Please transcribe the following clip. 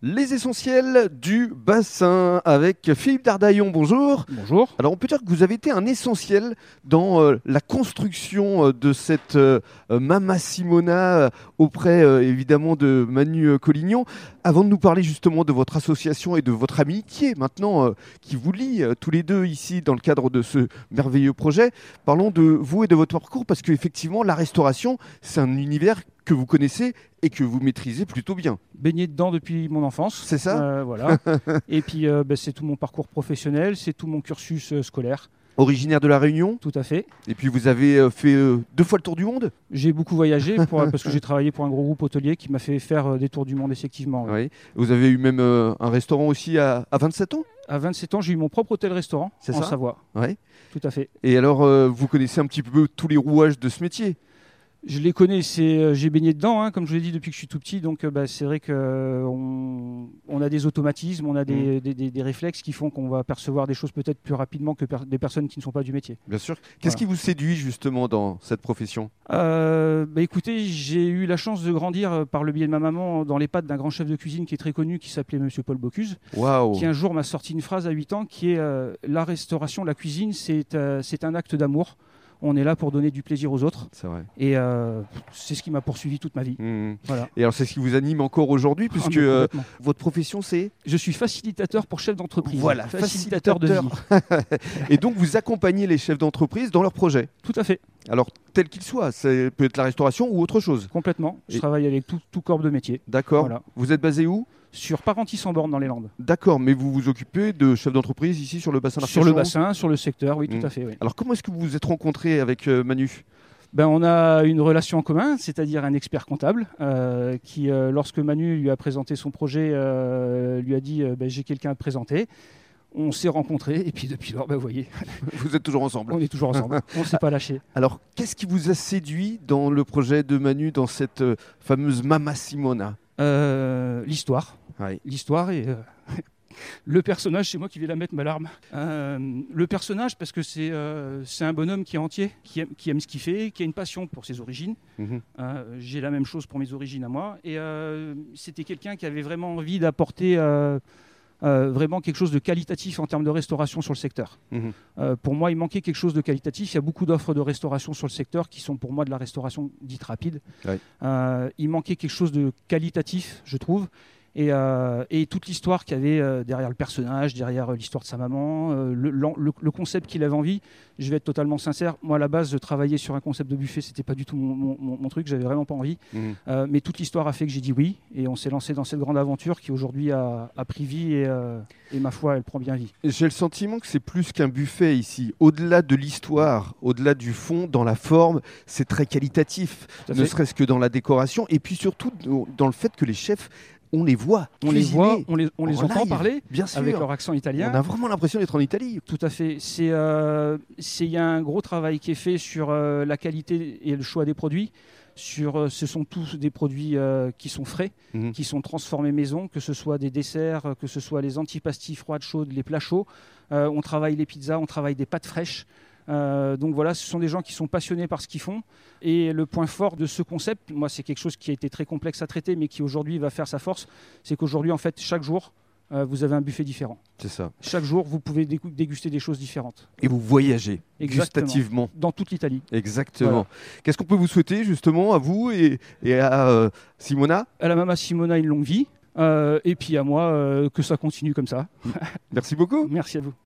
Les essentiels du bassin avec Philippe Dardaillon, bonjour. Bonjour. Alors on peut dire que vous avez été un essentiel dans la construction de cette Mama Simona auprès évidemment de Manu Collignon. Avant de nous parler justement de votre association et de votre amitié maintenant qui vous lie tous les deux ici dans le cadre de ce merveilleux projet, parlons de vous et de votre parcours parce qu'effectivement la restauration c'est un univers que vous connaissez et que vous maîtrisez plutôt bien. Baigné dedans depuis mon enfance. C'est ça voilà. Et puis c'est tout mon parcours professionnel, c'est tout mon cursus scolaire. Originaire de La Réunion. Tout à fait. Et puis vous avez fait 2 fois le tour du monde. J'ai beaucoup voyagé parce que j'ai travaillé pour un gros groupe hôtelier qui m'a fait faire des tours du monde effectivement. Ouais. Oui. Vous avez eu même un restaurant aussi à 27 ans. À 27 ans, j'ai eu mon propre hôtel-restaurant en Savoie. Oui. Tout à fait. Et alors vous connaissez un petit peu tous les rouages de ce métier. Je les connais, j'ai baigné dedans, comme je l'ai dit depuis que je suis tout petit. Donc c'est vrai qu'on a des automatismes, on a des réflexes qui font qu'on va percevoir des choses peut-être plus rapidement que des personnes qui ne sont pas du métier. Bien sûr. Qu'est-ce qui vous séduit justement dans cette profession ? Écoutez, j'ai eu la chance de grandir par le biais de ma maman dans les pattes d'un grand chef de cuisine qui est très connu, qui s'appelait Monsieur Paul Bocuse, qui un jour m'a sorti une phrase à 8 ans qui est la restauration, la cuisine, c'est un acte d'amour. On est là pour donner du plaisir aux autres. C'est vrai. Et c'est ce qui m'a poursuivi toute ma vie. Voilà. Et alors, c'est ce qui vous anime encore aujourd'hui, puisque votre profession, c'est ? Je suis facilitateur pour chefs d'entreprise. Voilà, facilitateur de vie. Et donc, vous accompagnez les chefs d'entreprise dans leurs projets ? Tout à fait. Alors, tel qu'il soit, ça peut être la restauration ou autre chose ? Complètement. Je travaille avec tout corps de métier. D'accord. Voilà. Vous êtes basé où ? Sur Parentis-en-Born dans les Landes. D'accord, mais vous vous occupez de chefs d'entreprise ici sur le bassin d'Arcachon ? Sur le bassin, sur le secteur, oui, tout à fait. Oui. Alors comment est-ce que vous vous êtes rencontrés avec Manu ? On a une relation en commun, c'est-à-dire un expert comptable qui, lorsque Manu lui a présenté son projet, lui a dit j'ai quelqu'un à te présenter. On s'est rencontrés et puis depuis lors, vous voyez. Vous êtes toujours ensemble. On est toujours ensemble, on ne s'est pas lâché. Alors, qu'est-ce qui vous a séduit dans le projet de Manu, dans cette fameuse Mama Simona ? L'histoire. Oui. L'histoire et le personnage, c'est moi qui vais la mettre ma larme. Le personnage, parce que c'est un bonhomme qui est entier, qui aime ce qu'il fait, qui a une passion pour ses origines. J'ai la même chose pour mes origines à moi. Et c'était quelqu'un qui avait vraiment envie d'apporter vraiment quelque chose de qualitatif en termes de restauration sur le secteur. Pour moi, il manquait quelque chose de qualitatif. Il y a beaucoup d'offres de restauration sur le secteur qui sont pour moi de la restauration dite rapide. Ouais. Il manquait quelque chose de qualitatif, je trouve. Et toute l'histoire qu'il y avait derrière le personnage, derrière l'histoire de sa maman, le concept qu'il avait envie, je vais être totalement sincère, moi à la base, travailler sur un concept de buffet, c'était pas du tout mon truc, j'avais vraiment pas envie. Mais toute l'histoire a fait que j'ai dit oui, et on s'est lancé dans cette grande aventure qui aujourd'hui a pris vie, et ma foi, elle prend bien vie. J'ai le sentiment que c'est plus qu'un buffet ici. Au-delà de l'histoire, au-delà du fond, dans la forme, c'est très qualitatif, ne serait-ce que dans la décoration, et puis surtout dans le fait que les chefs, on les voit, on les entend live, parler, bien sûr, avec leur accent italien. On a vraiment l'impression d'être en Italie. Tout à fait. Il y a un gros travail qui est fait sur la qualité et le choix des produits. Ce sont tous des produits qui sont frais, qui sont transformés maison, que ce soit des desserts, que ce soit les antipastilles froides, chaudes, les plats chauds. On travaille les pizzas, on travaille des pâtes fraîches. Donc voilà, ce sont des gens qui sont passionnés par ce qu'ils font. Et le point fort de ce concept, moi c'est quelque chose qui a été très complexe à traiter, mais qui aujourd'hui va faire sa force, c'est qu'aujourd'hui en fait chaque jour vous avez un buffet différent. C'est ça. Chaque jour vous pouvez déguster des choses différentes. Et vous voyagez. Exactement. Gustativement. Dans toute l'Italie. Exactement. Voilà. Qu'est-ce qu'on peut vous souhaiter justement à vous et à Simona ? À la Mama Simona, une longue vie. Et puis à moi, que ça continue comme ça. Merci beaucoup. Merci à vous.